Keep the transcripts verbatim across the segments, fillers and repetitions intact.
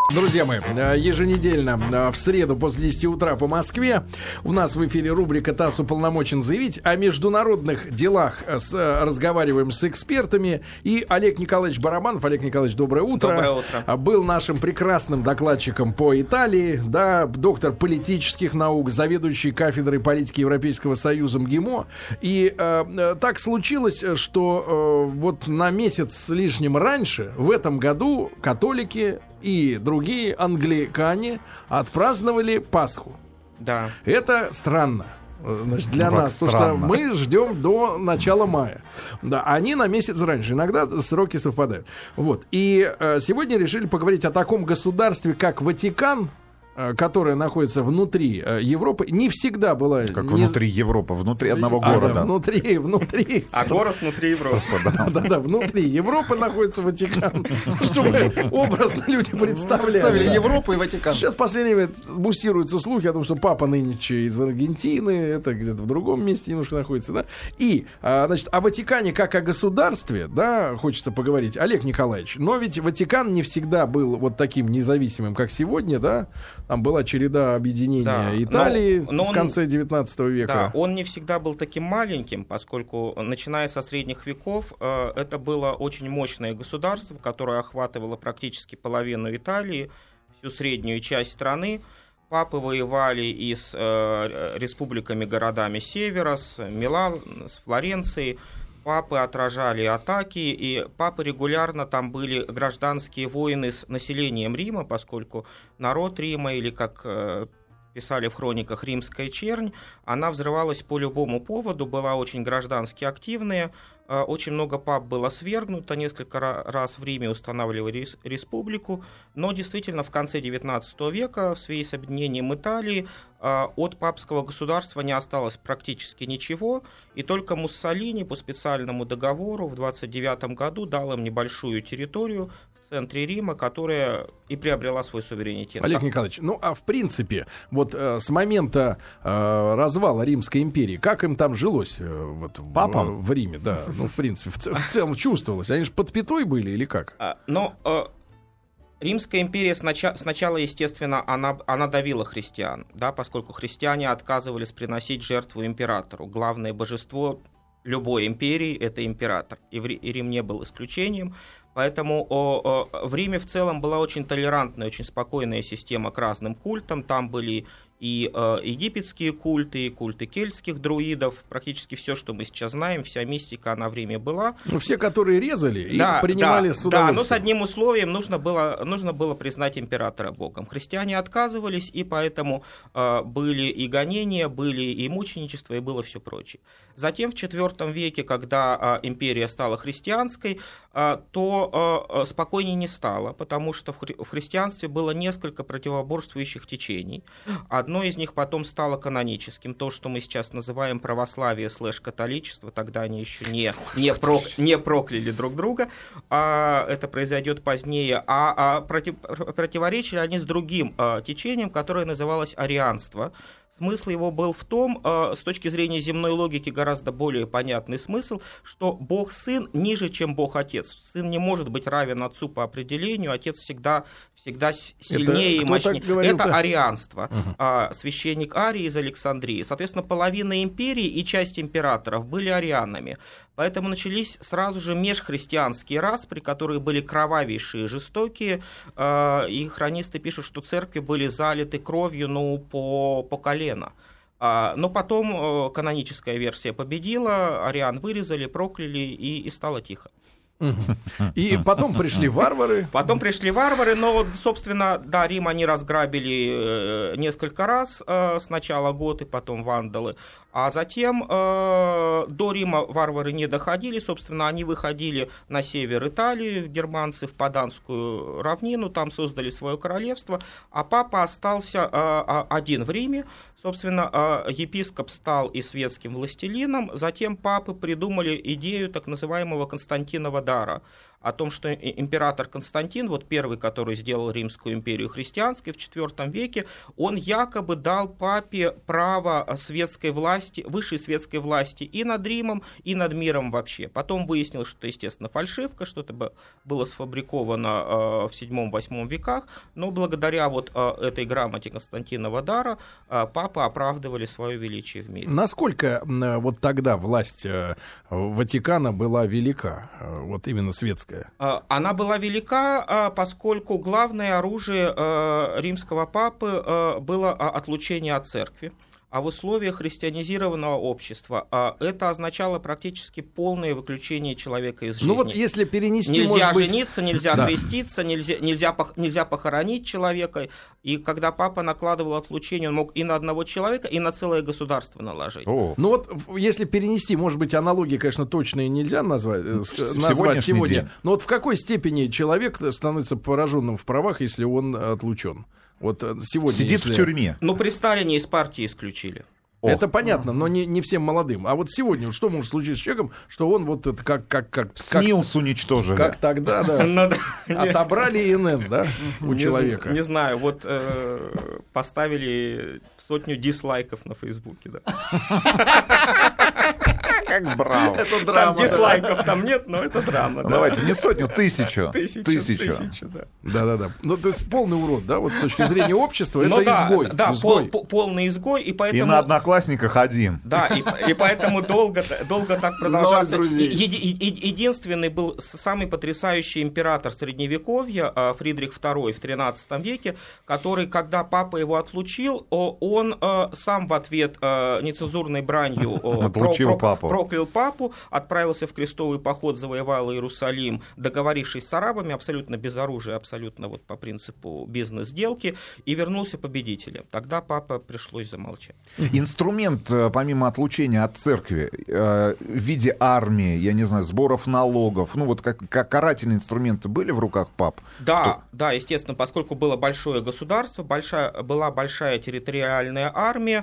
Друзья мои, еженедельно в среду после десяти утра по Москве у нас в эфире рубрика «ТАСС уполномочен заявить». О международных делах с, разговариваем с экспертами. И Олег Николаевич Барабанов. Олег Николаевич, доброе утро. Доброе утро. Был нашим прекрасным докладчиком по Италии, да, доктор политических наук, заведующий кафедрой политики Европейского Союза МГИМО. И э, так случилось, что э, вот на месяц с лишним раньше, в этом году, католики и другие англикане отпраздновали Пасху. Да. Это странно. Значит, для ну, нас, странно. потому что мы ждем до начала мая. Да, они на месяц раньше. Иногда сроки совпадают. Вот. И э, сегодня решили поговорить о таком государстве, как Ватикан, которая находится внутри э, Европы, не всегда была... Как не... внутри Европы, внутри одного а, города. Да, внутри, внутри. А город внутри Европы. Да-да, внутри Европы находится Ватикан. Чтобы образно люди представляли. Представили Европу и Ватикан. Сейчас в последнее время муссируются слухи о том, что папа нынче из Аргентины, это где-то в другом месте немножко находится, да. И, а, значит, о Ватикане как о государстве, да, хочется поговорить. Олег Николаевич, но ведь Ватикан не всегда был вот таким независимым, как сегодня, да. Там была череда объединения Да, Италии но, но в он, конце девятнадцатого века. Да, он не всегда был таким маленьким, поскольку, начиная со средних веков, э, это было очень мощное государство, которое охватывало практически половину Италии, всю среднюю часть страны. Папы воевали и с э, республиками, городами севера, с Милан, с Флоренцией. Папы отражали атаки, и папы регулярно там были гражданские войны с населением Рима, поскольку народ Рима, или как э, писали в хрониках, римская чернь, она взрывалась по любому поводу, была очень граждански активная. Э, очень много пап было свергнуто, несколько раз в Риме устанавливали рес, республику, но действительно в конце девятнадцатого века в связи с объединением Италии э, от папского государства не осталось практически ничего, и только Муссолини по специальному договору в двадцать девятом году дал им небольшую территорию в центре Рима, которая и приобрела свой суверенитет. Олег Николаевич, ну а в принципе, вот э, с момента э, развала Римской империи, как им там жилось э, вот, в, в Риме, да, ну в принципе, в, в целом чувствовалось, они же под пятой были или как? А, но э, Римская империя сначала, сначала естественно, она, она давила христиан, да, поскольку христиане отказывались приносить жертву императору. Главное божество любой империи — это император, и, в, и Рим не был исключением. Поэтому о, о, в Риме в целом была очень толерантная, очень спокойная система к разным культам. Там были и э, египетские культы, и культы кельтских друидов. Практически все, что мы сейчас знаем, вся мистика, она в Риме была. Ну, все, которые резали, да, их принимали да, с удовольствием. Да, но с одним условием: нужно было, нужно было признать императора богом. Христиане отказывались, и поэтому э, были и гонения, были и мученичество, и было все прочее. Затем в четвёртом веке, когда э, империя стала христианской, э, то э, спокойнее не стало, потому что в, хри- в христианстве было несколько противоборствующих течений. Одно из них потом стало каноническим, то, что мы сейчас называем православие слэш-католичество. Тогда они еще не, не, прок, не прокляли друг друга, а это произойдет позднее. А, а против, противоречили они с другим а, течением, которое называлось арианство. Смысл его был в том, с точки зрения земной логики гораздо более понятный смысл, что Бог-Сын ниже, чем Бог-Отец. Сын не может быть равен Отцу по определению, Отец всегда, всегда сильнее и мощнее. Это арианство. Угу. Священник Арий из Александрии. Соответственно, половина империи и часть императоров были арианами. Поэтому начались сразу же межхристианские распри, которые были кровавейшие, жестокие. И хронисты пишут, что церкви были залиты кровью, ну, по, по колено. Но потом каноническая версия победила, ариан вырезали, прокляли, и, и стало тихо. И потом пришли варвары. Потом пришли варвары, но, собственно, да, Рим они разграбили несколько раз. Сначала готы, потом вандалы. А затем до Рима варвары не доходили. Собственно, они выходили на север Италии, в германцы, в Паданскую равнину. Там создали свое королевство. А папа остался один в Риме. Собственно, епископ стал и светским властелином. Затем папы придумали идею так называемого Константинова дара. о том, что император Константин, вот первый, который сделал Римскую империю христианской в четвёртом веке, он якобы дал папе право светской власти, высшей светской власти и над Римом, и над миром вообще. Потом выяснилось, что это, естественно, фальшивка, что это было сфабриковано в седьмом-восьмом веках, но благодаря вот этой грамоте Константинова дара папы оправдывали свое величие в мире. Насколько вот тогда власть Ватикана была велика, вот именно светская? Она была велика, поскольку главное оружие римского папы было отлучение от церкви. А в условиях христианизированного общества а, это означало практически полное выключение человека из жизни. Ну вот если перенести, нельзя может быть... жениться, нельзя да. креститься, нельзя, нельзя, пох, нельзя похоронить человека. И когда папа накладывал отлучение, он мог и на одного человека, и на целое государство наложить. О. Ну вот если перенести, может быть, аналогии, конечно, точные нельзя назвать, назвать сегодня, день. но вот в какой степени человек становится пораженным в правах, если он отлучен? Вот сегодня, сидит если... в тюрьме. Ну, при Сталине из партии исключили. О. Это понятно, но не, не всем молодым. А вот сегодня вот что может случиться с человеком, что он вот это как... как, как СНИЛС уничтожили. Как тогда, да. Отобрали ИНН, да, у человека. Не знаю, вот поставили сотню дизлайков на Фейсбуке, да. Как браво. Это драма. Там дизлайков там нет, но это драма. Ну, давайте не сотню, тысячу. Тысячу. Тысячу. Тысячу, да. Да-да-да. Ну, то есть полный урод, да, вот с точки зрения общества, это да, изгой. Да, изгой. Пол, полный изгой, и поэтому... И на Одноклассниках один. Да, и, и поэтому долго, долго так продолжалось. Друзей. Еди, еди, единственный был самый потрясающий император Средневековья, Фридрих второй в тринадцатом веке, который, когда папа его отлучил, он сам в ответ нецензурной бранью про, про, папу. проклял папу, отправился в крестовый поход, завоевал Иерусалим, договорившись с арабами, абсолютно без оружия, абсолютно вот по принципу бизнес-сделки, и вернулся победителем. Тогда папа пришлось замолчать. Инструмент, помимо отлучения от церкви, в виде армии, я не знаю, сборов налогов, ну вот как, как карательные инструменты были в руках пап? Да, Кто? да, естественно, поскольку было большое государство, большая, была большая территориальная армия,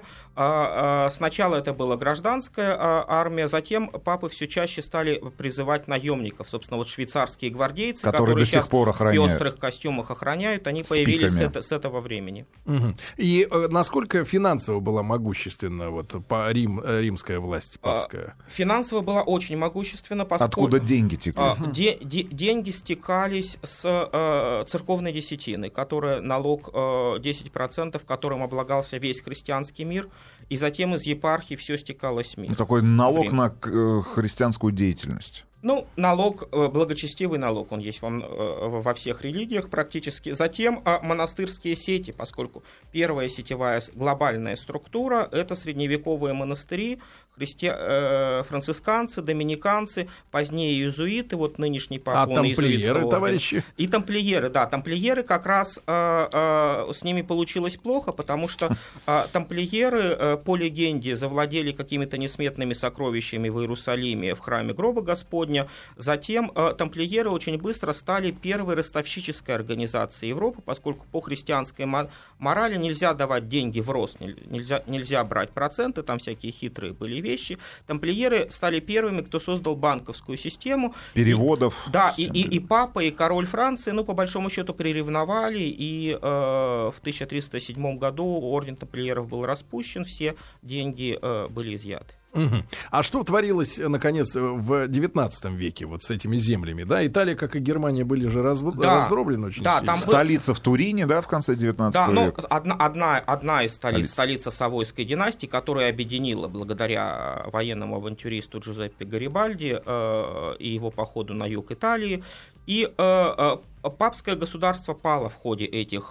сначала это была гражданская армия, затем папы все чаще стали призывать наемников. Собственно, вот швейцарские гвардейцы, которые, которые до сих сейчас пор охраняют. в пестрых костюмах охраняют, они С появились с, пиками. это, с этого времени. Угу. И э, насколько финансово была могущественна вот, по Рим, римская власть, папская? А, финансово была очень могущественна, поскольку... Откуда деньги текли? А, де, де, деньги стекались с э, церковной десятины, которая налог э, десять процентов, которым облагался весь христианский мир, и затем из епархии все стекалось в мир. Ну, такой налог Время. на э, христианскую деятельность. Ну, налог, благочестивый налог, он есть во, во всех религиях практически. Затем монастырские сети, поскольку первая сетевая глобальная структура — это средневековые монастыри, христи... э, францисканцы, доминиканцы, позднее иезуиты, вот нынешний папа. А тамплиеры, товарищи? И тамплиеры, да, тамплиеры как раз э, э, с ними получилось плохо, потому что э, тамплиеры, э, по легенде, завладели какими-то несметными сокровищами в Иерусалиме, в храме гроба Господня. Затем э, тамплиеры очень быстро стали первой ростовщической организацией Европы, поскольку по христианской морали нельзя давать деньги в рост, нельзя, нельзя брать проценты, там всякие хитрые были вещи. Тамплиеры стали первыми, кто создал банковскую систему. Переводов. И, да, и, и, и папа, и король Франции, ну, по большому счету, приревновали, и э, в тысяча триста седьмом году орден тамплиеров был распущен, все деньги э, были изъяты. Угу. А что творилось, наконец, в девятнадцатом веке вот с этими землями? Да, Италия, как и Германия, были же раз... да, раздроблены очень да, сильно. там Столица в Турине, да, в конце девятнадцатого да, века? Да, одна, одна, одна из столиц, столица. столица Савойской династии, которая объединила благодаря военному авантюристу Джузеппе Гарибальди э, и его походу на юг Италии. И э, э, папское государство пало в ходе этих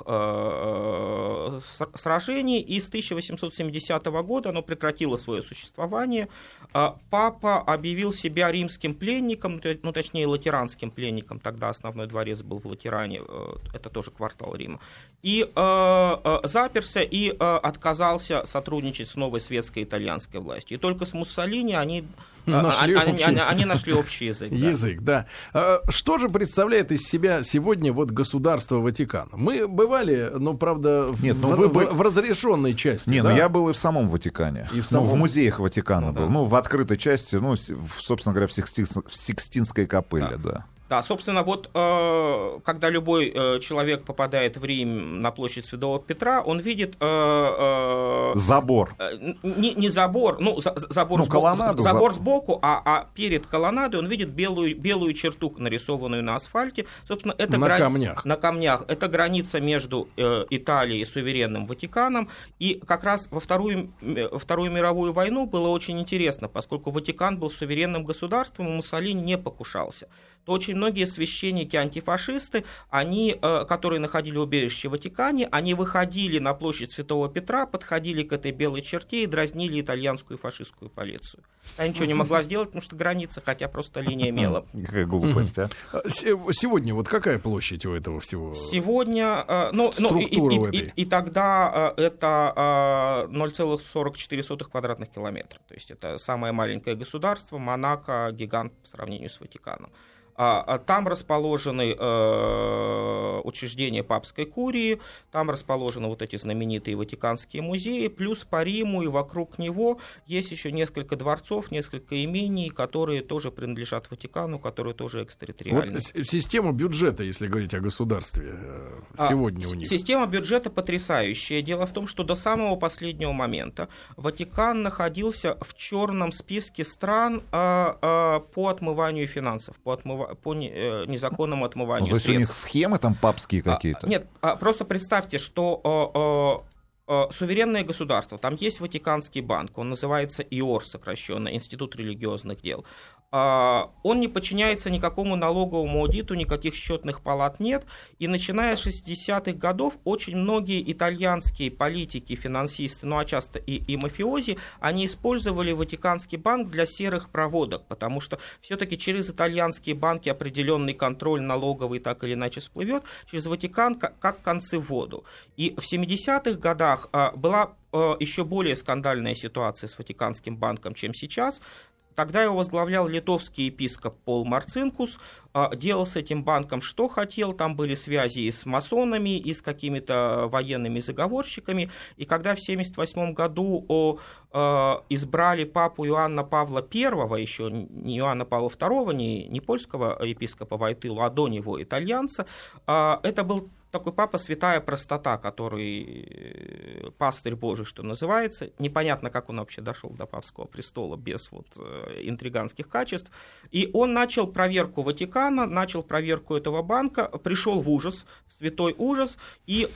э, сражений, и с тысяча восемьсот семидесятого года оно прекратило свое существование. Э, папа объявил себя римским пленником, ну точнее латеранским пленником, тогда основной дворец был в Латеране, э, это тоже квартал Рима, и э, э, заперся и э, отказался сотрудничать с новой светской итальянской властью. И только с Муссолини они... Нашли они, общий... они, они нашли общий язык. Язык, да. да. Что же представляет из себя сегодня вот государство Ватикана? Мы бывали, ну, правда, в, Нет, ну, в, вы в, бы... в разрешенной части. Не, да? ну я был и в самом Ватикане. И в, самом... ну, в музеях Ватикана ну, был. Да. Ну, в открытой части, ну, в, собственно говоря, в, Сикстин... в Сикстинской капелле, да. да. Да, собственно, вот э, когда любой э, человек попадает в Рим на площадь Святого Петра, он видит... Э, э, забор. Э, не, не забор, ну, за, забор, ну, сбоку, колоннаду, забор за... сбоку, а, а перед колоннадой он видит белую, белую черту, нарисованную на асфальте. Собственно, это на грани... камнях. На камнях. Это граница между э, Италией и суверенным Ватиканом. И как раз во Вторую, во Вторую мировую войну было очень интересно, поскольку Ватикан был суверенным государством, и Муссолини не покушался. То очень многие священники-антифашисты, они, которые находили убежище в Ватикане, они выходили на площадь Святого Петра, подходили к этой белой черте и дразнили итальянскую фашистскую полицию. Она ничего не могла сделать, потому что граница, хотя просто линия мела. Какая глупость, а? Сегодня вот какая площадь у этого всего? Сегодня, ну, ну и, и, и, и тогда это ноль целых сорок четыре сотых квадратных километра. То есть это самое маленькое государство, Монако, гигант по сравнению с Ватиканом. Там расположены э, учреждения папской курии, там расположены вот эти знаменитые Ватиканские музеи, плюс по Риму и вокруг него есть еще несколько дворцов, несколько имений, которые тоже принадлежат Ватикану, которые тоже экстерриториальны. Вот система бюджета, если говорить о государстве, сегодня а, у них. Система бюджета потрясающая. Дело в том, что до самого последнего момента Ватикан находился в черном списке стран а, а, по отмыванию финансов, по отмыванию по незаконному отмыванию ну, то есть средств. у них схемы там папские какие-то? А, нет, а, просто представьте, что а, а, суверенное государство, там есть Ватиканский банк, он называется ИОР сокращенно, Институт религиозных дел. А, он не подчиняется никакому налоговому аудиту, никаких счетных палат нет. И начиная с шестидесятых годов очень многие итальянские политики, финансисты, ну а часто и, и мафиози, они использовали Ватиканский банк для серых проводок, потому что все-таки через итальянские банки определенный контроль налоговый так или иначе всплывет, через Ватикан как, как концы в воду. И в семидесятых годах а, была а, еще более скандальная ситуация с Ватиканским банком, чем сейчас. Тогда его возглавлял литовский епископ Пол Марцинкус, делал с этим банком что хотел, там были связи и с масонами, и с какими-то военными заговорщиками, и когда в семьдесят восьмом году избрали папу Иоанна Павла Первого, еще не Иоанна Павла Второго, не, не польского епископа Войтылу, а до него итальянца, это был такой папа святая простота, который пастырь Божий, что называется. Непонятно, как он вообще дошел до папского престола без вот интриганских качеств. И он начал проверку Ватикана, начал проверку этого банка, пришел в ужас, святой ужас, и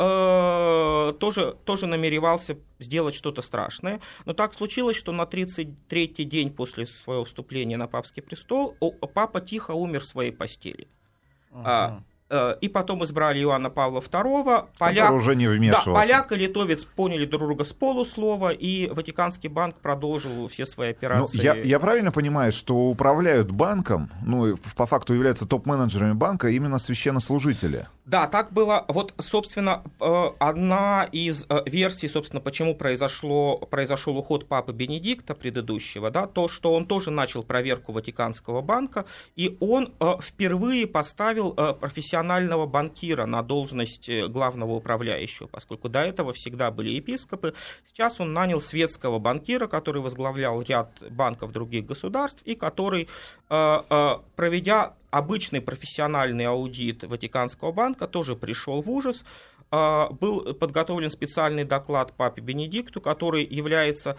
э, тоже, тоже намеревался сделать что-то страшное. Но так случилось, что на тридцать третий день после своего вступления на папский престол папа тихо умер в своей постели. Ага. И потом избрали Иоанна Павла Второго. Поляк, уже не вмешивался. Да, поляк и литовец поняли друг друга с полуслова, и Ватиканский банк продолжил все свои операции. Ну, я, я правильно понимаю, что управляют банком, ну, по факту являются топ-менеджерами банка именно священнослужители? Да, так было. Вот, собственно, одна из версий, собственно, почему произошло, произошел уход папы Бенедикта предыдущего, да, то, что он тоже начал проверку Ватиканского банка, и он впервые поставил профессионального банкира на должность главного управляющего, поскольку до этого всегда были епископы. Сейчас он нанял светского банкира, который возглавлял ряд банков других государств, и который, проведя обычный профессиональный аудит Ватиканского банка, тоже пришел в ужас. Был подготовлен специальный доклад папе Бенедикту, который является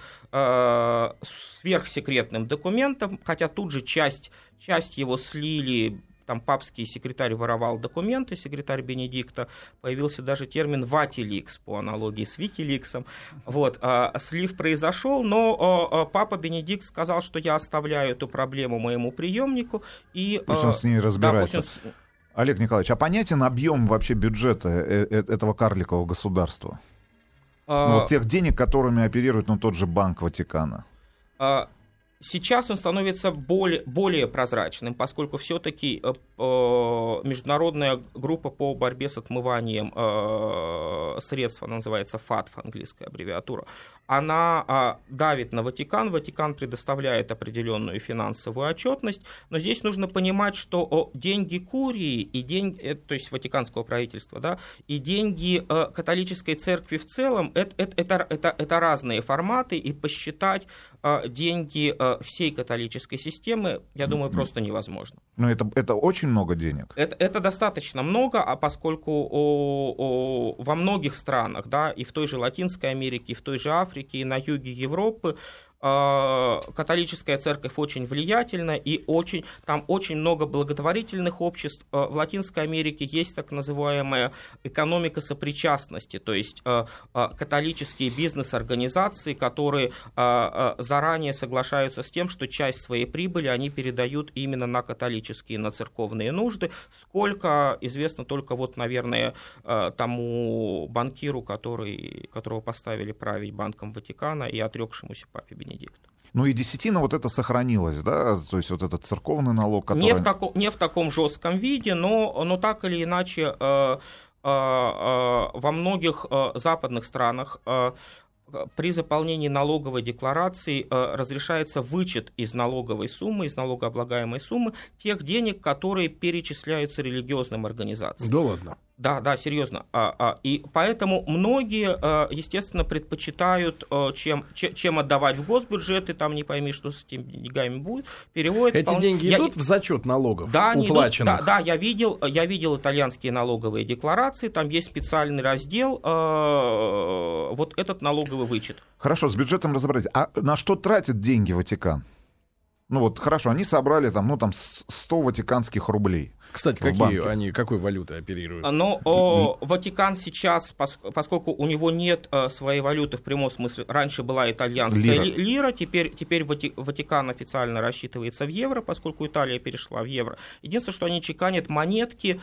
сверхсекретным документом, хотя тут же часть, часть его слили. Там папский секретарь воровал документы, секретарь Бенедикта, появился даже термин «ватиликс» по аналогии с Викиликсом. Вот, а, слив произошел, но а, а, папа Бенедикт сказал, что я оставляю эту проблему моему преемнику. И, пусть он с ней разбирается. Да, пусть он... Олег Николаевич, а понятен объем вообще бюджета этого карликового государства? А... Ну, вот тех денег, которыми оперирует ну, тот же Банк Ватикана. А... Сейчас он становится более, более прозрачным, поскольку все-таки э, международная группа по борьбе с отмыванием э, средств, она называется ФАТФ, английская аббревиатура, она э, давит на Ватикан, Ватикан предоставляет определенную финансовую отчетность, но здесь нужно понимать, что о, деньги Курии, и деньги, то есть Ватиканского правительства, да, и деньги э, католической церкви в целом, это, это, это, это разные форматы, и посчитать э, деньги э, всей католической системы, я думаю, просто невозможно. Но это, это очень много денег. Это, это достаточно много, а поскольку о, о, во многих странах, да, и в той же Латинской Америке, и в той же Африке, и на юге Европы, католическая церковь очень влиятельна, и очень, там очень много благотворительных обществ. В Латинской Америке есть так называемая экономика сопричастности, то есть католические бизнес-организации, которые заранее соглашаются с тем, что часть своей прибыли они передают именно на католические, на церковные нужды. Сколько известно только вот, наверное, тому банкиру, который, которого поставили править Банком Ватикана и отрекшемуся папе Бенедикту. Ну и десятина вот это сохранилось, да, то есть вот этот церковный налог, который... Не в, тако, не в таком жестком виде, но, но так или иначе э, э, э, во многих э, западных странах э, при заполнении налоговой декларации э, разрешается вычет из налоговой суммы, из налогооблагаемой суммы тех денег, которые перечисляются религиозным организациям. Да ладно. Да, да, серьезно. И поэтому многие, естественно, предпочитают, чем, чем отдавать в госбюджет, и там не пойми, что с этими деньгами будет, переводят... Эти вполне... деньги я... идут в зачет налогов, да, уплаченных? Идут, да, да, я видел, я видел итальянские налоговые декларации, там есть специальный раздел, вот этот налоговый вычет. Хорошо, с бюджетом разобрались. А на что тратит деньги Ватикан? Ну вот, хорошо, они собрали там, ну, там сто ватиканских рублей. Кстати, какие они, какой валютой оперируют? Но о, Ватикан сейчас, поскольку у него нет о, своей валюты в прямом смысле, раньше была итальянская лира, лира теперь, теперь Ватикан официально рассчитывается в евро, поскольку Италия перешла в евро. Единственное, что они чеканят монетки,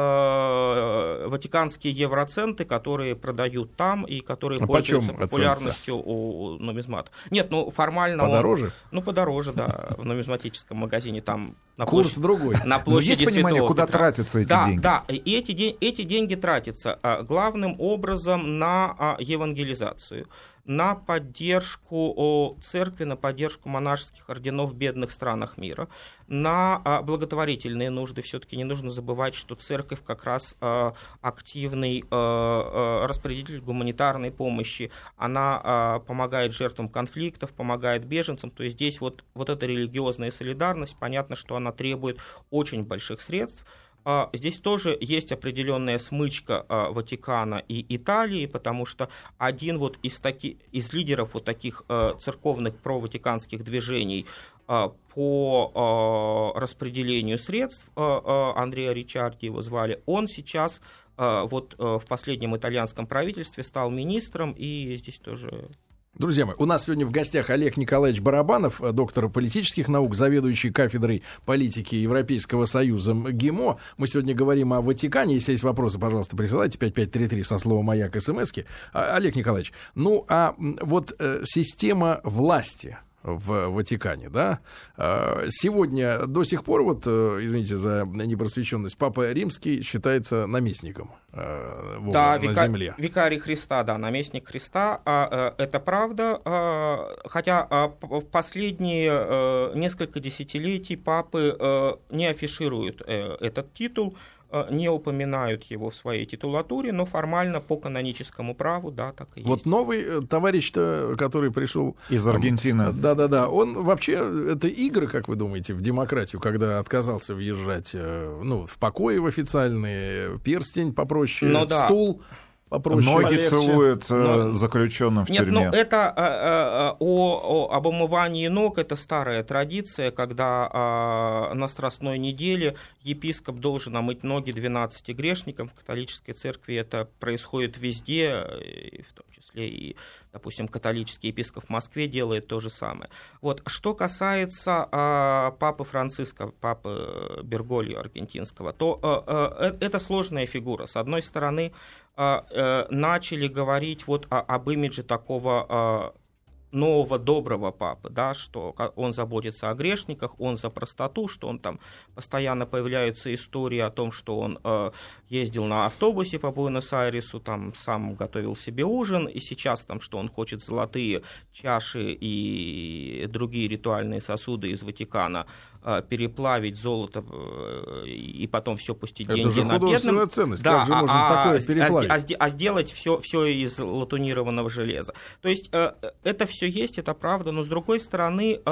э, ватиканские евроценты, которые продают там и которые а пользуются популярностью у нумизматов. Нет, ну формально... Подороже? Он, ну подороже, да, в нумизматическом магазине там... На Курс площадь, другой. На площади Святого куда Петра. Тратятся эти да, деньги? Да, и эти, день, эти деньги тратятся а, главным образом на а, евангелизацию, на поддержку о, церкви, на поддержку монашеских орденов в бедных странах мира, на а, благотворительные нужды. Все-таки не нужно забывать, что церковь как раз а, активный а, а, распределитель гуманитарной помощи. Она а, помогает жертвам конфликтов, помогает беженцам. То есть здесь вот, вот эта религиозная солидарность, понятно, что она требует очень больших средств. Здесь тоже есть определенная смычка Ватикана и Италии, потому что один вот из, таки, из лидеров вот таких церковных проватиканских движений по распределению средств, Андреа Ричарди его звали, он сейчас вот в последнем итальянском правительстве стал министром, и здесь тоже... Друзья мои, у нас сегодня в гостях Олег Николаевич Барабанов, доктор политических наук, заведующий кафедрой политики Европейского Союза ГИМО. Мы сегодня говорим о Ватикане. Если есть вопросы, пожалуйста, присылайте пять пять три три со словом «Маяк» смски. Олег Николаевич, ну а вот э, система власти в Ватикане, да, сегодня до сих пор, вот, извините за непросвещенность, Папа Римский считается наместником Бога, да, на вика... земле. Викарий Христа, да, наместник Христа, это правда, хотя в последние несколько десятилетий папы не афишируют этот титул, не упоминают его в своей титулатуре, но формально по каноническому праву, да, так и есть. Вот новый товарищ-то, который пришел из Аргентины. Да-да-да, он вообще, это игры, как вы думаете, в демократию, когда отказался въезжать, ну, в покои в официальные, перстень попроще, ну, да. Стул попроще. Ноги полегче. целуют но... заключенным в Нет, тюрьме. Нет, ну это о, о, об омывании ног, это старая традиция, когда а, на Страстной неделе епископ должен омыть ноги двенадцати грешникам. В католической церкви это происходит везде, в том числе и, допустим, католический епископ в Москве делает то же самое. Вот. Что касается а, папы Франциска, папы Бергольо аргентинского, то а, а, это сложная фигура. С одной стороны, начали говорить вот об имидже такого нового доброго папы, да, что он заботится о грешниках, он за простоту, что он там постоянно появляются истории о том, что он э, ездил на автобусе по Буэнос-Айресу, там сам готовил себе ужин, и сейчас там, что он хочет золотые чаши и другие ритуальные сосуды из Ватикана э, переплавить золото э, и потом все пустить это деньги на бедным. Это же художественная ценность, да, как же а, можно а, такое а, переплавить? А, а, а сделать все, все из латунированного железа. То есть э, это все есть, это правда, но с другой стороны,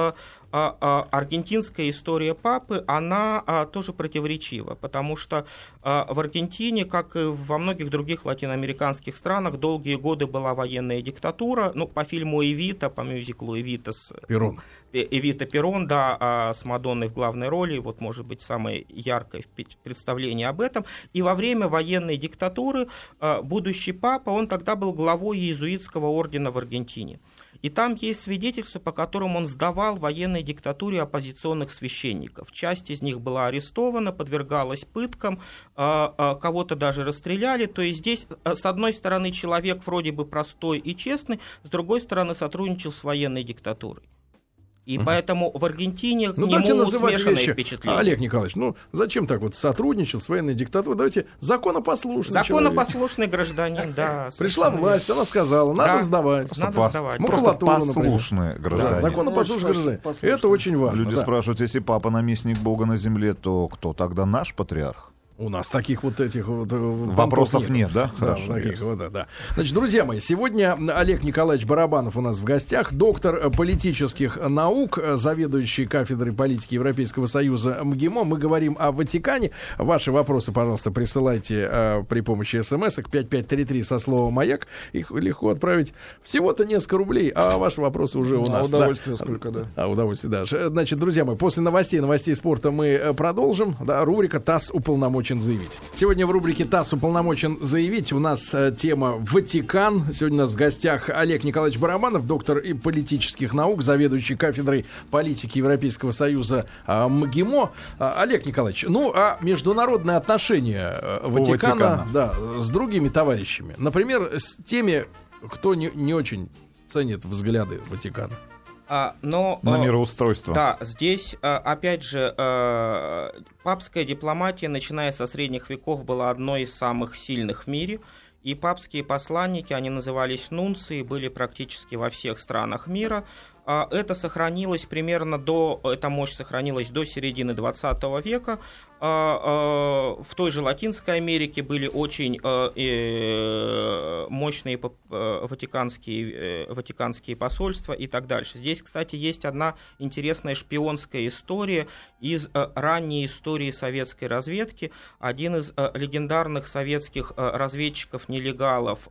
аргентинская история папы, она тоже противоречива, потому что в Аргентине, как и во многих других латиноамериканских странах, долгие годы была военная диктатура. Ну, по фильму «Эвита», по мюзиклу «Эвита» с... Перрон. Эвита Перрон, да, с Мадонной в главной роли, вот, может быть, самое яркое представление об этом. И во время военной диктатуры будущий папа, он тогда был главой иезуитского ордена в Аргентине. И там есть свидетельства, по которым он сдавал военной диктатуре оппозиционных священников. Часть из них была арестована, подвергалась пыткам, кого-то даже расстреляли. То есть здесь, с одной стороны, человек вроде бы простой и честный, с другой стороны, сотрудничал с военной диктатурой. И угу. поэтому в Аргентине к ну, нему смешанные впечатления. Олег Николаевич, ну зачем так вот сотрудничал с военной диктатурой? Давайте законопослушный Законопослушный человек. Гражданин, да. Пришла власть, она сказала, надо да, сдавать. Надо по- сдавать. Просто послушный гражданин. Да, законопослушный гражданин. Это очень важно. Люди да. спрашивают, если папа наместник Бога на земле, то кто тогда наш патриарх? У нас таких вот этих вот вопросов нет, нет, да? Да, Хорошо, таких, вот, да, да. Значит, друзья мои, сегодня Олег Николаевич Барабанов у нас в гостях, доктор политических наук, заведующий кафедрой политики Европейского Союза МГИМО. Мы говорим о Ватикане. Ваши вопросы, пожалуйста, присылайте э, при помощи смс-ок пять пять три три со словом «Маяк». Их легко отправить. Всего-то несколько рублей, а ваши вопросы уже у нас. А удовольствие да. сколько, да. А удовольствие, да. Значит, друзья мои, после новостей, новостей спорта мы продолжим. Да, рубрика «ТАСС уполномочен заявить». Сегодня в рубрике «ТАСС уполномочен заявить» у нас э, тема «Ватикан». Сегодня у нас в гостях Олег Николаевич Барабанов, доктор и политических наук, заведующий кафедрой политики Европейского Союза э, МГИМО. Э, Олег Николаевич, ну а международные отношения э, Ватикана, да, с другими товарищами, например, с теми, кто не, не очень ценит взгляды Ватикана? А, но, на мироустройство. Да, здесь, опять же, папская дипломатия, начиная со средних веков, была одной из самых сильных в мире. И папские посланники, они назывались нунции, были практически во всех странах мира. Это сохранилось примерно до, эта мощь сохранилась до середины двадцатого века. В той же Латинской Америке были очень мощные ватиканские, ватиканские посольства и так дальше. Здесь, кстати, есть одна интересная шпионская история из ранней истории советской разведки. Один из легендарных советских разведчиков-нелегалов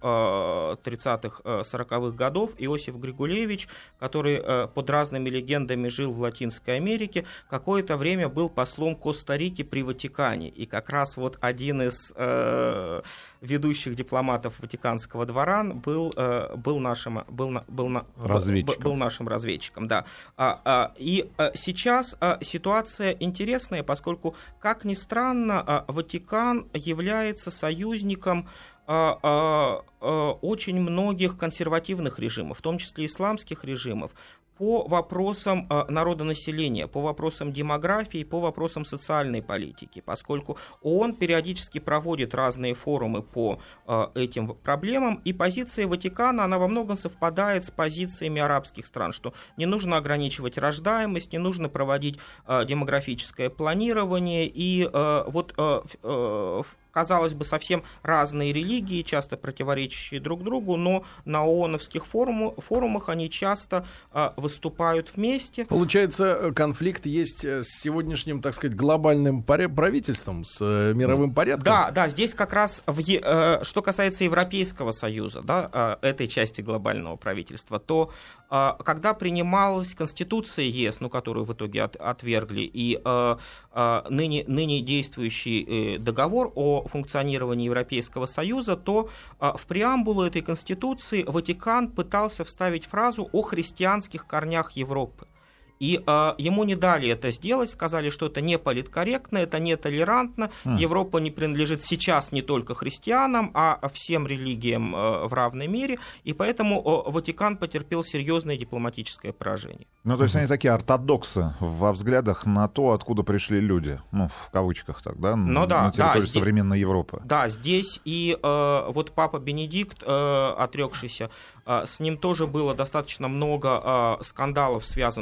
тридцатых-сороковых годов, Иосиф Григулевич, который под разными легендами жил в Латинской Америке, какое-то время был послом Коста-Рики при Ватикане. И как раз вот один из э, ведущих дипломатов Ватиканского двора был, э, был, нашим, был, был, разведчиком. был нашим разведчиком. Да. А, а, и а, сейчас а, ситуация интересная, поскольку, как ни странно, а, Ватикан является союзником а, а, а, очень многих консервативных режимов, в том числе исламских режимов, по вопросам э, народонаселения, по вопросам демографии, по вопросам социальной политики, поскольку ООН периодически проводит разные форумы по э, этим проблемам, и позиция Ватикана, она во многом совпадает с позициями арабских стран, что не нужно ограничивать рождаемость, не нужно проводить э, демографическое планирование, и э, вот э, э, казалось бы, совсем разные религии, часто противоречащие друг другу, но на ООНовских форумах, форумах они часто э, выступают вместе. Получается, конфликт есть с сегодняшним, так сказать, глобальным паря- правительством, с э, мировым порядком? Да, да, здесь как раз, в, э, что касается Европейского Союза, да, э, этой части глобального правительства, то э, когда принималась Конституция ЕС, ну, которую в итоге от, отвергли, и э, э, ныне, ныне действующий э, договор о функционировании Европейского Союза, то а, в преамбулу этой Конституции Ватикан пытался вставить фразу о христианских корнях Европы. И э, ему не дали это сделать, сказали, что это не политкорректно, это не толерантно. Mm. Европа не принадлежит сейчас не только христианам, а всем религиям э, в равной мере, и поэтому э, Ватикан потерпел серьезное дипломатическое поражение. Ну, то есть mm-hmm. они такие ортодоксы во взглядах на то, откуда пришли люди, ну, в кавычках так, да, ну, на, да, на территории да, современной здесь, Европы. Да, здесь и э, вот папа Бенедикт, э, отрекшийся, э, с ним тоже было достаточно много э, скандалов, связанных вот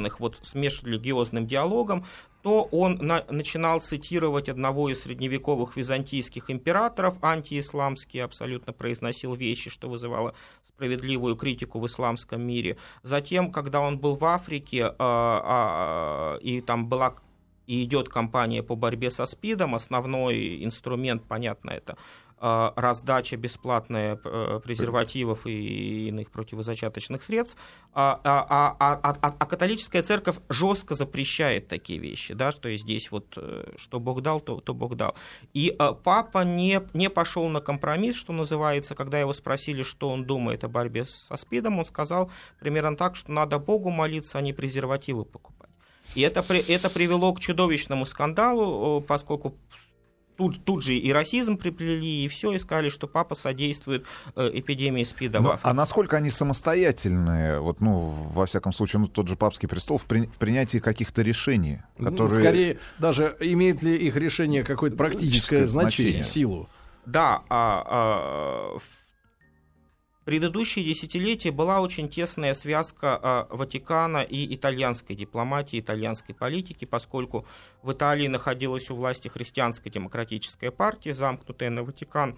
с межрелигиозным диалогом, то он на, начинал цитировать одного из средневековых византийских императоров, антиисламский, абсолютно произносил вещи, что вызывало справедливую критику в исламском мире. Затем, когда он был в Африке, э, э, и там была и идет кампания по борьбе со СПИДом, основной инструмент, понятно, это раздача бесплатная презервативов и иных противозачаточных средств, а, а, а, а, а католическая церковь жестко запрещает такие вещи, да, что здесь вот что Бог дал, то, то Бог дал. И папа не, не пошел на компромисс, что называется, когда его спросили, что он думает о борьбе со СПИДом, он сказал примерно так, что надо Богу молиться, а не презервативы покупать. И это, это привело к чудовищному скандалу, поскольку Тут, тут же и расизм приплели, и все, и сказали, что папа содействует э, эпидемии СПИДа в Африке. А насколько они самостоятельные, вот, ну, во всяком случае, ну, тот же папский престол, в, при, в принятии каких-то решений, которые... Скорее, даже имеет ли их решение какое-то практическое значение, значение, силу? Да, а, а, в предыдущие десятилетия была очень тесная связка а, Ватикана и итальянской дипломатии, итальянской политики, поскольку в Италии находилась у власти христианская демократическая партия, замкнутая на Ватикан.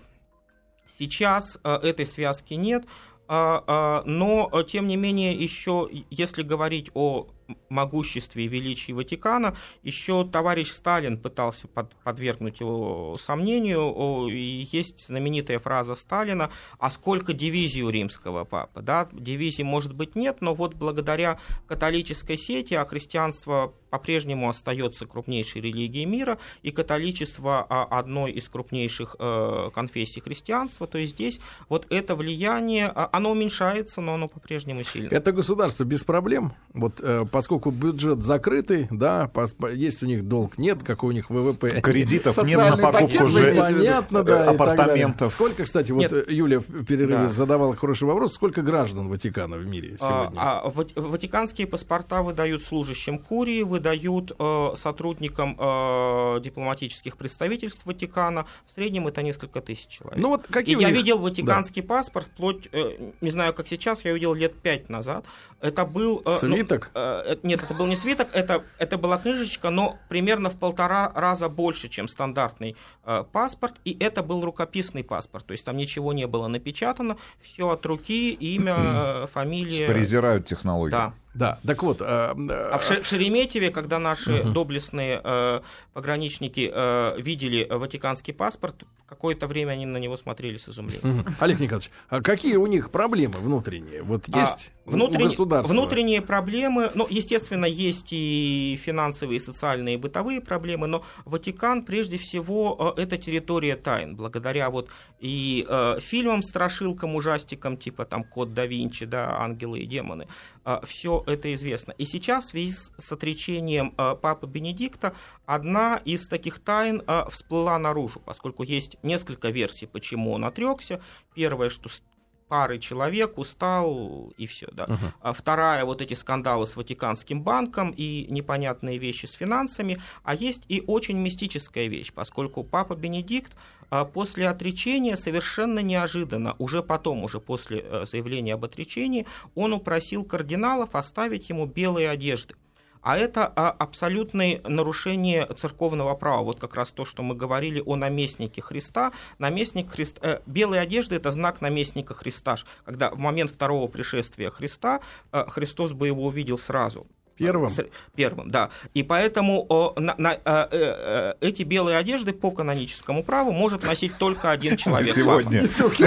Сейчас а, этой связки нет, а, а, но, тем не менее, еще, если говорить о могуществе и величии Ватикана, еще товарищ Сталин пытался под, подвергнуть его сомнению. И есть знаменитая фраза Сталина: «А сколько дивизий у римского папы?» Да, дивизий, может быть, нет, но вот благодаря католической сети, а христианство по-прежнему остается крупнейшей религией мира, и католичество одной из крупнейших э, конфессий христианства, то есть здесь вот это влияние, оно уменьшается, но оно по-прежнему сильно. Это государство без проблем, вот э, поскольку бюджет закрытый, да, есть у них долг, нет, какой у них ВВП. Кредитов нет на покупку же понятно, да, апартаментов. Сколько, кстати, вот нет. Юля в перерыве да. задавала хороший вопрос, сколько граждан Ватикана в мире сегодня? А, а, ватиканские паспорта выдают служащим Курии, выдают э, сотрудникам э, дипломатических представительств Ватикана. В среднем это несколько тысяч человек. Ну, вот какие И я них... видел ватиканский да. паспорт, вплоть, э, не знаю, как сейчас, я видел лет пять назад. Это был... Э, свиток? Ну, э, нет, это был не свиток, это, это была книжечка, но примерно в полтора раза больше, чем стандартный э, паспорт. И это был рукописный паспорт. То есть там ничего не было напечатано, все от руки, имя, э, фамилия. Презирают технологии. Да. Да, так вот. Э, а в Шереметьеве, когда наши uh-huh. доблестные э, пограничники э, видели ватиканский паспорт, какое-то время они на него смотрели с изумлением. Uh-huh. Олег Николаевич, а какие у них проблемы внутренние? Вот есть а, внутренне, у государства? Внутренние проблемы, ну, естественно, есть и финансовые, и социальные, и бытовые проблемы, но Ватикан, прежде всего, э, это территория тайн. Благодаря вот и э, фильмам, страшилкам, ужастикам, типа там «Код да Винчи», да, «Ангелы и демоны», э, все это известно. И сейчас в связи с отречением э, папы Бенедикта одна из таких тайн э, всплыла наружу, поскольку есть несколько версий, почему он отрекся. Первое, что парый человек устал, и все. Да. Uh-huh. А вторая, вот эти скандалы с Ватиканским банком и непонятные вещи с финансами. А есть и очень мистическая вещь, поскольку папа Бенедикт а, после отречения совершенно неожиданно, уже потом, уже после а, заявления об отречении, он упросил кардиналов оставить ему белые одежды. А это а, абсолютное нарушение церковного права. Вот как раз то, что мы говорили о наместнике Христа. Наместник Христа, э, белые одежды — это знак наместника Христа. Когда в момент второго пришествия Христа э, Христос бы его увидел сразу. Первым? Первым, да. И поэтому о, на, на, э, э, эти белые одежды по каноническому праву может носить только один человек. Сегодня.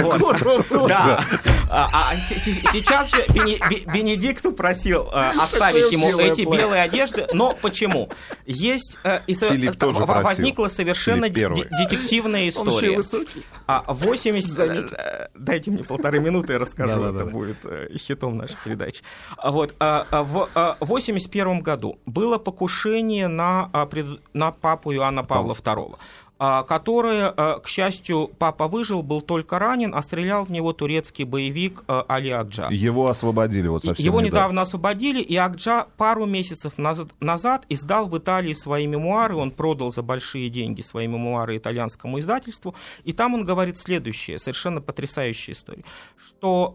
Вот. Да. А, а сейчас же Бенедикт просил э, оставить ему эти белые одежды. Но почему? Есть э, и, возникла совершенно детективная история. А, восемьдесят Дайте мне полторы минуты, я расскажу. Да, это да, будет э, хитом нашей передачи. Вот. А, в а, восемьдесят первом году было покушение на, на папу Иоанна Павла второго. которое, к счастью, папа выжил, был только ранен, а стрелял в него турецкий боевик Али Акджа. Его освободили вот совсем Его недавно, недавно освободили, и Акджа пару месяцев назад издал в Италии свои мемуары, он продал за большие деньги свои мемуары итальянскому издательству, и там он говорит следующее, совершенно потрясающая история, что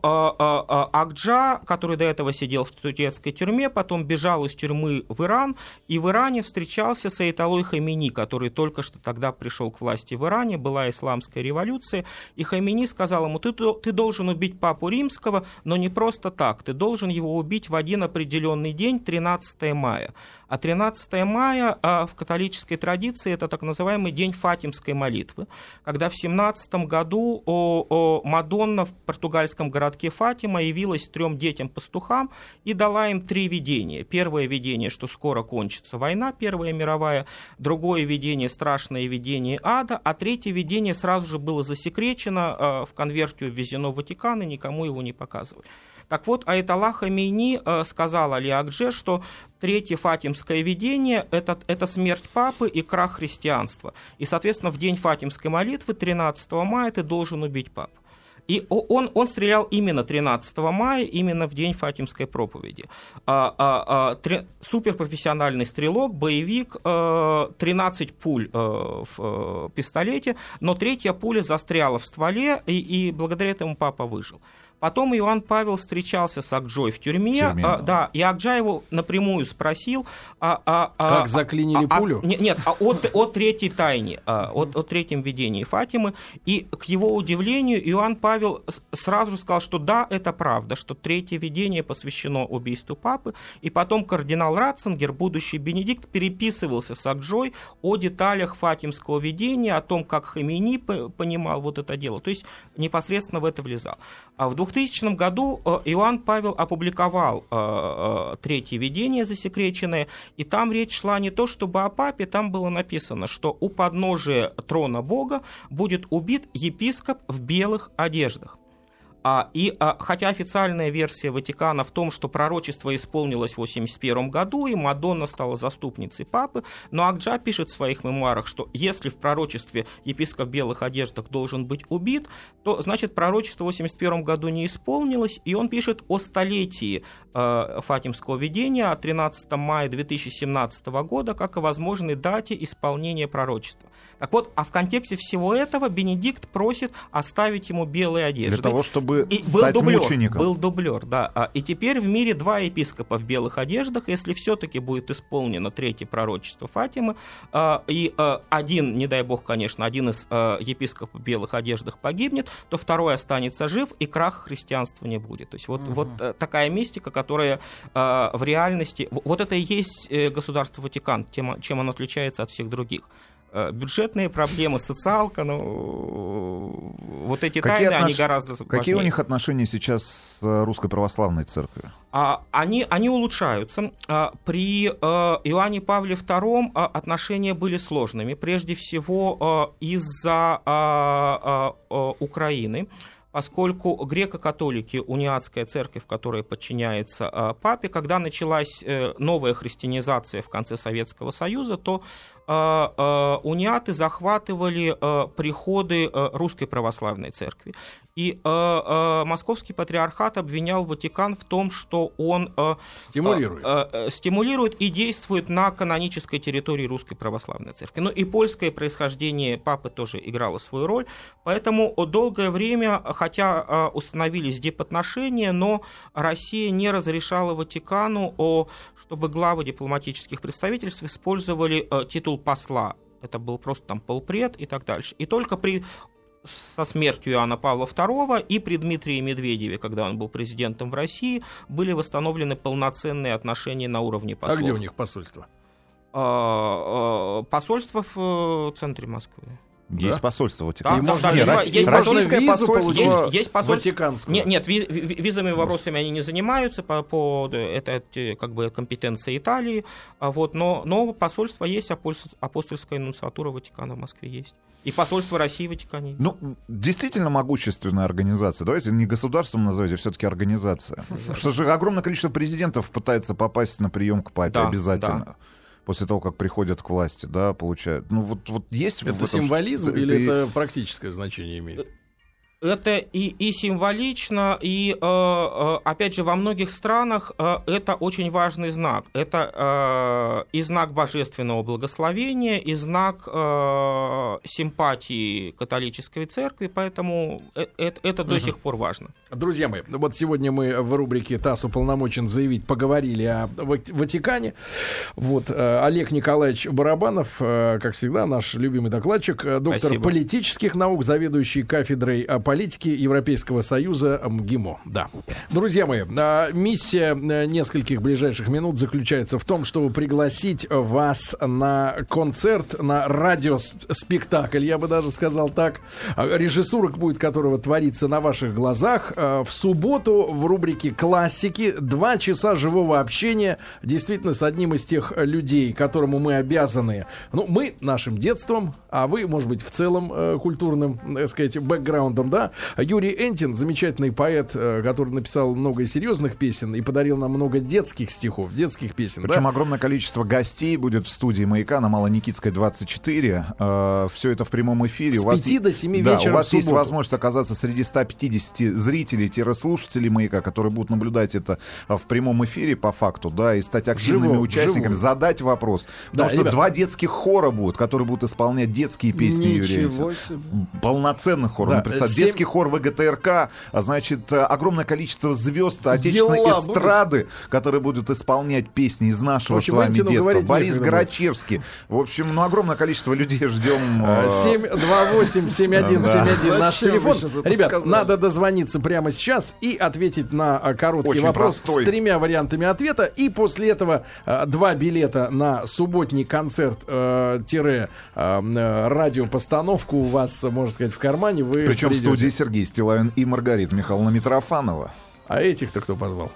Акджа, который до этого сидел в турецкой тюрьме, потом бежал из тюрьмы в Иран, и в Иране встречался с Аятоллой Хамени, который только что тогда пришел к власти в Иране, была исламская революция, и Хамени сказал ему: ты, ты должен убить папу римского, но не просто так, ты должен его убить в один определенный день, тринадцатого мая. А тринадцатого мая в католической традиции это так называемый день Фатимской молитвы, когда в семнадцатом году Мадонна в португальском городке Фатима явилась трем детям-пастухам и дала им три видения. Первое видение, что скоро кончится война, Первая мировая, другое видение, страшное видение ада, а третье видение сразу же было засекречено, в конверте ввезено в Ватикан, и никому его не показывали. Так вот, Аятолла Хамейни э, сказал Али Акдже, что третье фатимское видение это, – это смерть папы и крах христианства. И, соответственно, в день фатимской молитвы, тринадцатого мая, ты должен убить папу. И он, он стрелял именно тринадцатого мая, именно в день фатимской проповеди. А, а, а, три, суперпрофессиональный стрелок, боевик, а, тринадцать пуль а, в а, пистолете, но третья пуля застряла в стволе, и, и благодаря этому папа выжил. Потом Иоанн Павел встречался с Акджой в тюрьме, в тюрьме а, да, и Акджа его напрямую спросил... А, а, как а, заклинили а, пулю? А, нет, нет, а о, о третьей тайне, а, о, о третьем видении Фатимы. И, к его удивлению, Иоанн Павел сразу же сказал, что да, это правда, что третье видение посвящено убийству папы. И потом кардинал Ратцингер, будущий Бенедикт, переписывался с Акджой о деталях фатимского видения, о том, как Хамейни понимал вот это дело. То есть непосредственно в это влезал. А в двухтысячном году Иоанн Павел опубликовал э, э, третье видение засекреченное, и там речь шла не то чтобы о папе, там было написано, что у подножия трона Бога будет убит епископ в белых одеждах. А, и а, хотя официальная версия Ватикана в том, что пророчество исполнилось в восемьдесят первом году, и Мадонна стала заступницей папы, но Акджа пишет в своих мемуарах, что если в пророчестве епископ в белых одеждах должен быть убит, то, значит, пророчество в восемьдесят первом году не исполнилось, и он пишет о столетии э, фатимского видения, о тринадцатого мая две тысячи семнадцатого года, как о возможной дате исполнения пророчества. Так вот, а в контексте всего этого Бенедикт просит оставить ему белые одежды. Для того, чтобы и стать был дублер, мучеником. Был дублер, да. И теперь в мире два епископа в белых одеждах. Если все-таки будет исполнено третье пророчество Фатимы, и один, не дай бог, конечно, один из епископов в белых одеждах погибнет, то второй останется жив, и краха христианства не будет. То есть вот, угу. вот такая мистика, которая в реальности... Вот это и есть государство Ватикан, тем, чем оно отличается от всех других. Бюджетные проблемы, социалка, ну, вот эти какие тайны, отнош... они гораздо важнее. Какие у них отношения сейчас с Русской Православной Церковью? Они, они улучшаются. При Иоанне Павле втором отношения были сложными, прежде всего из-за Украины. Поскольку греко-католики, униатская церковь, которая подчиняется э, папе, когда началась э, новая христианизация в конце Советского Союза, то э, э, униаты захватывали э, приходы э, Русской Православной Церкви. И э, э, Московский патриархат обвинял Ватикан в том, что он э, стимулирует. Э, э, стимулирует и действует на канонической территории Русской Православной Церкви. Ну и польское происхождение папы тоже играло свою роль. Поэтому долгое время, хотя э, установились дипотношения, но Россия не разрешала Ватикану, о, чтобы главы дипломатических представительств использовали э, титул посла. Это был просто там полпред и так дальше. И только при... со смертью Иоанна Павла второго и при Дмитрии Медведеве, когда он был президентом в России, были восстановлены полноценные отношения на уровне послов. А где у них посольство? Посольство в центре Москвы. Есть да? посольство Ватикана. Да, да, нет, да, Россия, есть российское визу посольство есть, есть посольство Ватиканское. Нет, нет, визовыми вопросами они не занимаются, по, по, это как бы компетенция Италии, вот, но, но посольство есть, апостольская нунциатура Ватикана в Москве есть. И посольство России в Ватикане есть. Ну, действительно могущественная организация. Давайте не государством назовите, а все-таки организация. Потому что же огромное количество президентов пытается попасть на прием к папе, да, обязательно. Да. после того, как приходят к власти, да, получают. Ну, вот, вот есть... Это этом, символизм что, или ты... это практическое значение имеет? Это и, и символично, и, э, опять же, во многих странах э, это очень важный знак. Это э, и знак божественного благословения, и знак э, симпатии католической церкви, поэтому это, это до сих пор важно. Друзья мои, вот сегодня мы в рубрике «ТАСС уполномочен заявить» поговорили о Ватикане. Вот, Олег Николаевич Барабанов, как всегда, наш любимый докладчик, доктор Спасибо. политических наук, заведующий кафедрой политики Европейского Союза МГИМО. Да. Друзья мои, миссия нескольких ближайших минут заключается в том, чтобы пригласить вас на концерт, на радиоспектакль, я бы даже сказал так, режиссура будет которого творится на ваших глазах. В субботу в рубрике «Классики» два часа живого общения действительно с одним из тех людей, которому мы обязаны, ну, мы нашим детством, а вы, может быть, в целом э, культурным, так сказать, бэкграундом, да. Юрий Энтин, замечательный поэт, э, который написал много и серьезных песен и подарил нам много детских стихов, детских песен. Причем да? огромное количество гостей будет в студии «Маяка» на Малоникитской, двадцать четыре. Э, все это в прямом эфире. С у вас, пяти до семи да, вечера у вас в есть субботу. возможность оказаться среди ста пятидесяти зрителей-слушателей «Маяка», которые будут наблюдать это в прямом эфире по факту, да, и стать активными Живо, участниками, живую. задать вопрос. Потому Да, что ребят. два детских хора будут, которые будут исполнять детские песни Юрия Ничего Энтина. себе. Полноценный хор. Да, Ну, представь, семь- детский хор ВГТРК, а значит, огромное количество звезд отечественной Дела эстрады, которые будут исполнять песни из нашего В общем, с вами Энтину детства. говорить Борис некогда Грачевский. В общем, ну, огромное количество людей ждем. э, семь два восемь семь один семь один наш Зачем вы телефон. сейчас это Ребят, сказали? надо дозвониться прямо сейчас и ответить на а, короткий Очень вопрос простой. с тремя вариантами ответа. И после этого а, два билета на субботний концерт э, тире а, э, радиопостановку у вас, можно сказать, в кармане. Вы Причем в придете. студии Сергей Стилавин и Маргарита Михайловна Митрофанова. А этих-то кто позвал?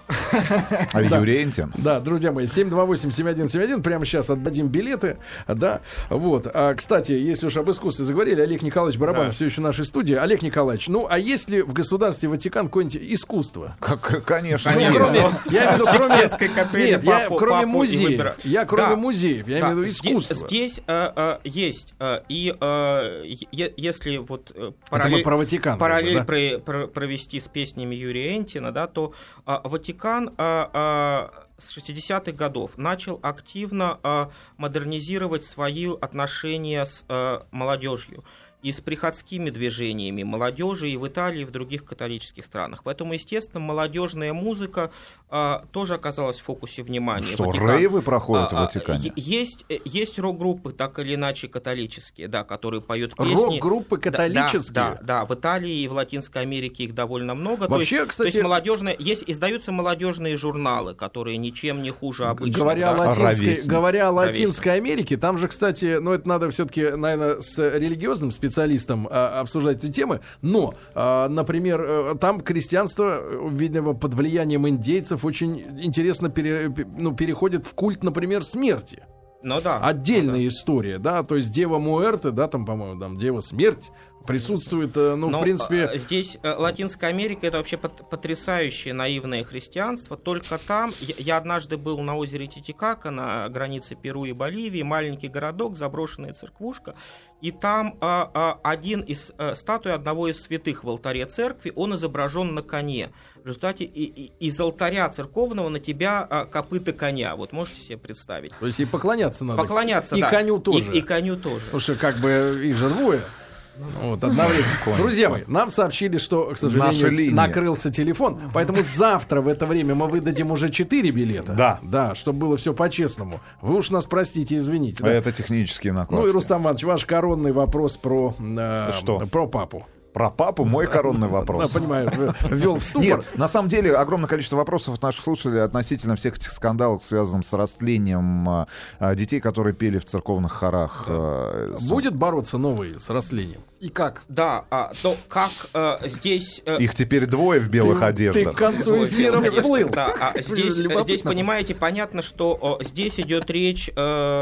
А Юрий Энтин. Да, друзья мои, семь два восемь семь один семь один. Прямо сейчас отдадим билеты. Да, вот. А, кстати, если уж об искусстве заговорили, Олег Николаевич Барабанов Да. все еще в нашей студии. Олег Николаевич, ну, а есть ли в государстве Ватикан какое-нибудь искусство? Как, конечно, Конечно. есть. Кроме, я имею в виду, кроме, Сикстинской капелли нет, я, папу- кроме папу и музеев. выбора. Я кроме Да. музеев, я Да, имею в виду здесь- искусство. Здесь э, э, есть. э, и э, е- если вот э, Это мы параллель, про Ватикан. параллель как бы, да? про- про- провести с песнями Юрия Энтина, да, то э, Ватикан э, э, с шестидесятых годов начал активно э, модернизировать свои отношения с э, молодежью и с приходскими движениями молодежи и в Италии, и в других католических странах. Поэтому, естественно, молодежная музыка а, тоже оказалась в фокусе внимания. Что, Ватикан- рейвы проходят а, в а, Ватикане? е- Есть, э, есть рок-группы, так или иначе католические, да, которые поют песни. Рок-группы Да, католические? Да, да, да, в Италии и в Латинской Америке их довольно много. Вообще, то есть, кстати- то есть молодежные, есть, издаются молодежные журналы, которые ничем не хуже обычных. Говоря, да. о латинской, Ровесник. говоря о Ровесник. Латинской Америке, там же, кстати, ну это надо все-таки, наверное, с религиозным специалистом а, обсуждать эти темы, но, а, например, э, там крестьянство, э, видимо, под влиянием индейцев очень интересно пере- пе- ну, переходит в культ, например, смерти. Ну да. Отдельная ну да. история, да, то есть Дева Муэрте, да, там, по-моему, там Дева Смерть присутствует, э, ну, Но, в принципе... а, здесь э, Латинская Америка — это вообще пот- потрясающее наивное христианство. Только там, я, я однажды был на озере Титикака, на границе Перу и Боливии, маленький городок, заброшенная церквушка, и там а, а, один из а, статуй одного из святых в алтаре церкви, он изображен на коне. В результате и, и, из алтаря церковного на тебя а, копыта коня. Вот можете себе представить. То есть и поклоняться надо. Поклоняться, и да. коню тоже. И, и коню тоже. Потому что как бы их же двое. Вот, одновременно. Друзья мои, нам сообщили, что, к Наша сожалению, линия. накрылся телефон, поэтому завтра в это время мы выдадим уже четыре билета. Да. Да, чтобы было все по-честному. Вы уж нас простите, извините. да. Это технические накладки. Ну и, Рустам Иванович, ваш коронный вопрос про, э, Что? про папу. Про папу мой коронный вопрос. Да, понимаю, ввел в ступор. Нет, на самом деле огромное количество вопросов от наших слушателей относительно всех этих скандалов, связанных с растлением а, а, детей, которые пели в церковных хорах. а, с- Будет бороться новый с растлением? И как? Да, а, то как э, здесь... э, Их теперь двое в белых Ты- одеждах. ты к концу эфира всплыл. Да, а здесь, Любопытно здесь, просто. понимаете, понятно, что о, здесь идет речь,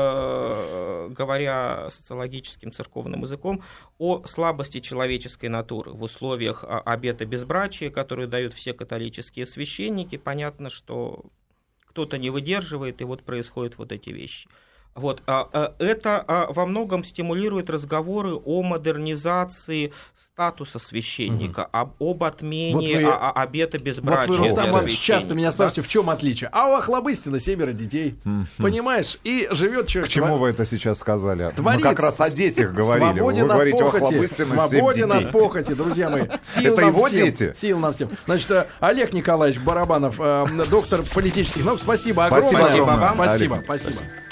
э, говоря социологическим церковным языком, о слабости человеческой натуры. В условиях а, обета безбрачия, который дают все католические священники, понятно, что кто-то не выдерживает, и вот происходят вот эти вещи. Вот, это во многом стимулирует разговоры о модернизации статуса священника, угу. об, об отмене вот вы, обета безбрачия. Вот вы, Рустам Иванович, часто меня спрашиваете, да? В чем отличие? А у Охлобыстина семеро детей, mm-hmm. понимаешь? И живет человек... К чему твор... вы это сейчас сказали? Творит, Мы как раз о детях говорили. Свободен вы говорите от похоти, свободен от похоти, друзья мои. Сил это его всем, дети? Сил нам всем. Значит, Олег Николаевич Барабанов, доктор политических наук, спасибо огромное. Спасибо, спасибо вам. Спасибо, Олег. спасибо.